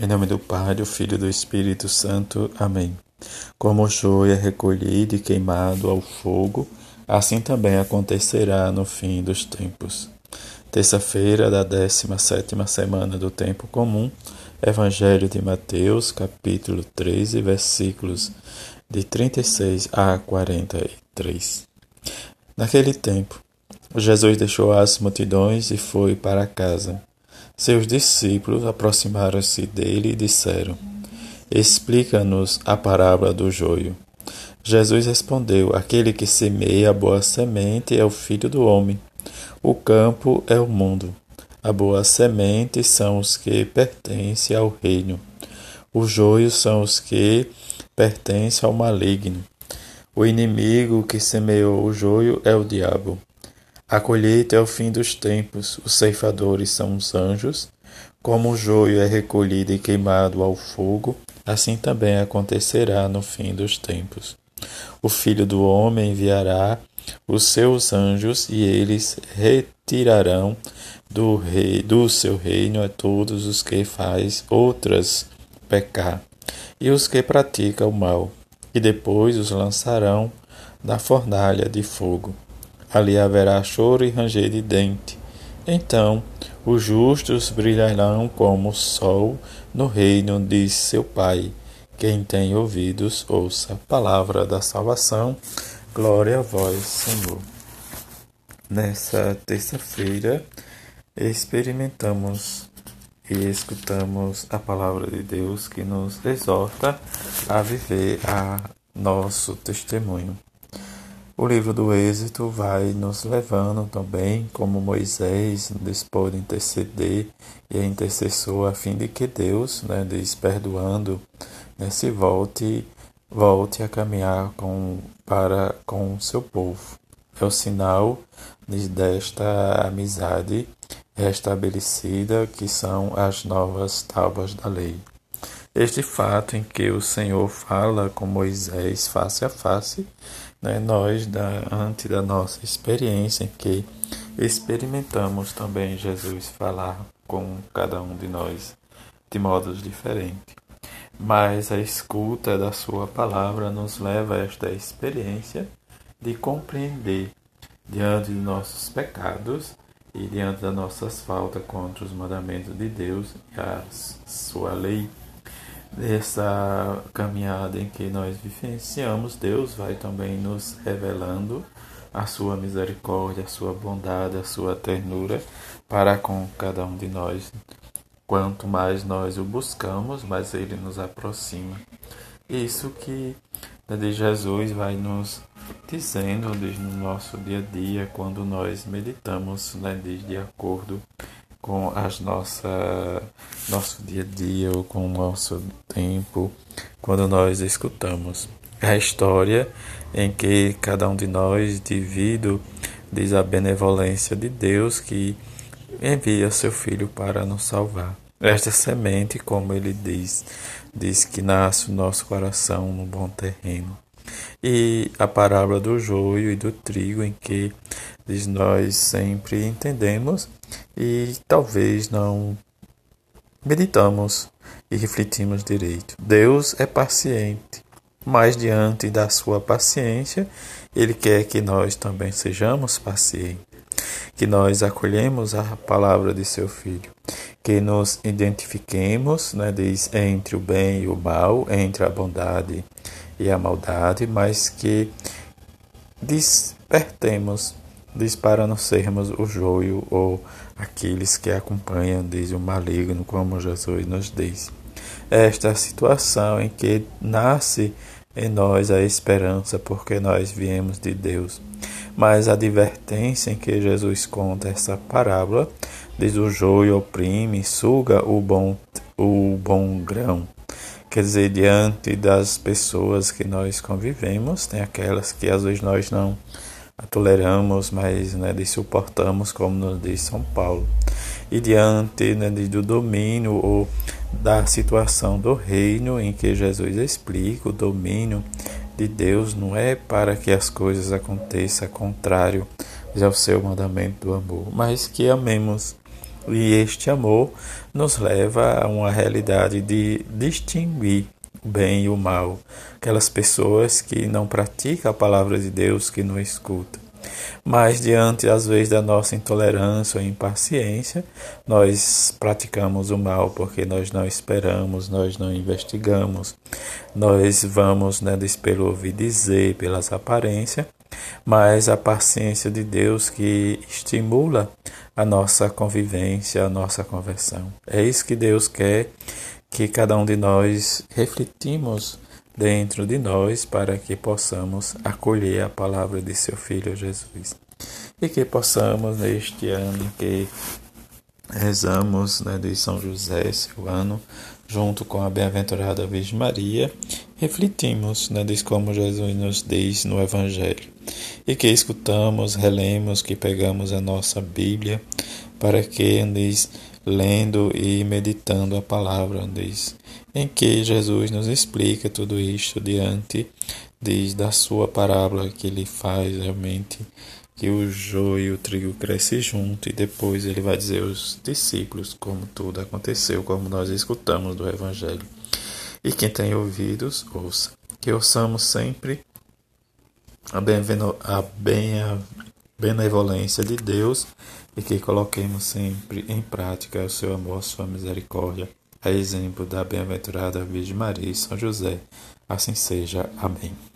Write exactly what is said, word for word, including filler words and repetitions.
Em nome do Pai, do Filho e do Espírito Santo. Amém. Como o joio é recolhido e queimado ao fogo, assim também acontecerá no fim dos tempos. Terça-feira da décima sétima semana do Tempo Comum, Evangelho de Mateus, capítulo treze, versículos de trinta e seis a quarenta e três. Naquele tempo, Jesus deixou as multidões e foi para casa. Seus discípulos aproximaram-se dele e disseram: Explica-nos a parábola do joio. Jesus respondeu: Aquele que semeia a boa semente é o Filho do homem. O campo é o mundo. A boa semente são os que pertencem ao reino. Os joios são os que pertencem ao maligno. O inimigo que semeou o joio é o diabo. A colheita é o fim dos tempos, os ceifadores são os anjos. Como o joio é recolhido e queimado ao fogo, assim também acontecerá no fim dos tempos. O Filho do Homem enviará os seus anjos e eles retirarão do, rei, do seu reino a todos os que faz outras pecar e os que praticam o mal, e depois os lançarão na fornalha de fogo. Ali haverá choro e ranger de dente. Então os justos brilharão como o sol no reino de seu Pai. Quem tem ouvidos, ouça a palavra da salvação. Glória a vós, Senhor. Nessa terça-feira, experimentamos e escutamos a palavra de Deus que nos exorta a viver a nosso testemunho. O livro do Êxodo vai nos levando também, como Moisés dispôs de interceder e é intercessor, a fim de que Deus, né, diz, perdoando, né, se volte, volte a caminhar com, para, com o seu povo. É o sinal de, desta amizade restabelecida, que são as novas tábuas da lei. Este fato em que o Senhor fala com Moisés face a face, né, nós, diante da nossa experiência, em que experimentamos também Jesus falar com cada um de nós de modos diferentes. Mas a escuta da sua palavra nos leva a esta experiência de compreender, diante de nossos pecados e diante das nossas faltas contra os mandamentos de Deus e a sua lei, dessa caminhada em que nós vivenciamos, Deus vai também nos revelando a sua misericórdia, a sua bondade, a sua ternura para com cada um de nós. Quanto mais nós o buscamos, mais ele nos aproxima. Isso que de Jesus vai nos dizendo no nosso dia a dia, quando nós meditamos, né, de acordo com as nossa, nosso dia a dia ou com o nosso tempo, quando nós escutamos a história em que cada um de nós, devido, diz a benevolência de Deus, que envia seu Filho para nos salvar. Esta semente, como ele diz, diz que nasce no nosso coração no bom terreno. E a parábola do joio e do trigo, em que diz, nós sempre entendemos e talvez não meditamos e refletimos direito. Deus é paciente, mas diante da sua paciência, ele quer que nós também sejamos pacientes, que nós acolhemos a palavra de seu Filho, que nos identifiquemos, né, diz, entre o bem e o mal, entre a bondade e a maldade, mas que despertemos, diz, para não sermos o joio ou aqueles que acompanham, diz, o maligno, como Jesus nos diz. Esta é a situação em que nasce em nós a esperança, porque nós viemos de Deus. Mas a advertência em que Jesus conta essa parábola, diz, o joio oprime, suga o bom, o bom grão. Quer dizer, diante das pessoas que nós convivemos, tem aquelas que às vezes nós não toleramos, mas, né, de suportamos, como nos diz São Paulo. E diante, né, do domínio ou da situação do reino, em que Jesus explica, o domínio de Deus não é para que as coisas aconteçam contrário ao seu mandamento do amor, mas que amemos E este amor nos leva a uma realidade de distinguir o bem e o mal. Aquelas pessoas que não praticam a palavra de Deus, que não escutam. Mas diante, às vezes, da nossa intolerância ou impaciência, nós praticamos o mal porque nós não esperamos, nós não investigamos, nós vamos, né, pelo ouvir dizer, pelas aparências, mas a paciência de Deus que estimula a nossa convivência, a nossa conversão. É isso que Deus quer que cada um de nós refletimos dentro de nós para que possamos acolher a palavra de seu Filho Jesus. E que possamos, neste ano em que rezamos, né, de São José, seu ano, junto com a bem-aventurada Virgem Maria, refletimos, né, de como Jesus nos diz no Evangelho. E que escutamos, relemos, que pegamos a nossa Bíblia, para que andeis lendo e meditando a palavra, andeis, em que Jesus nos explica tudo isto diante de, da sua parábola que ele faz realmente, que o joio e o trigo crescem junto, e depois ele vai dizer aos discípulos como tudo aconteceu, como nós escutamos do Evangelho. E quem tem ouvidos, ouça. Que ouçamos sempre a, a, bem, a benevolência de Deus e que coloquemos sempre em prática o seu amor, a sua misericórdia, a exemplo da bem-aventurada Virgem Maria e São José. Assim seja. Amém.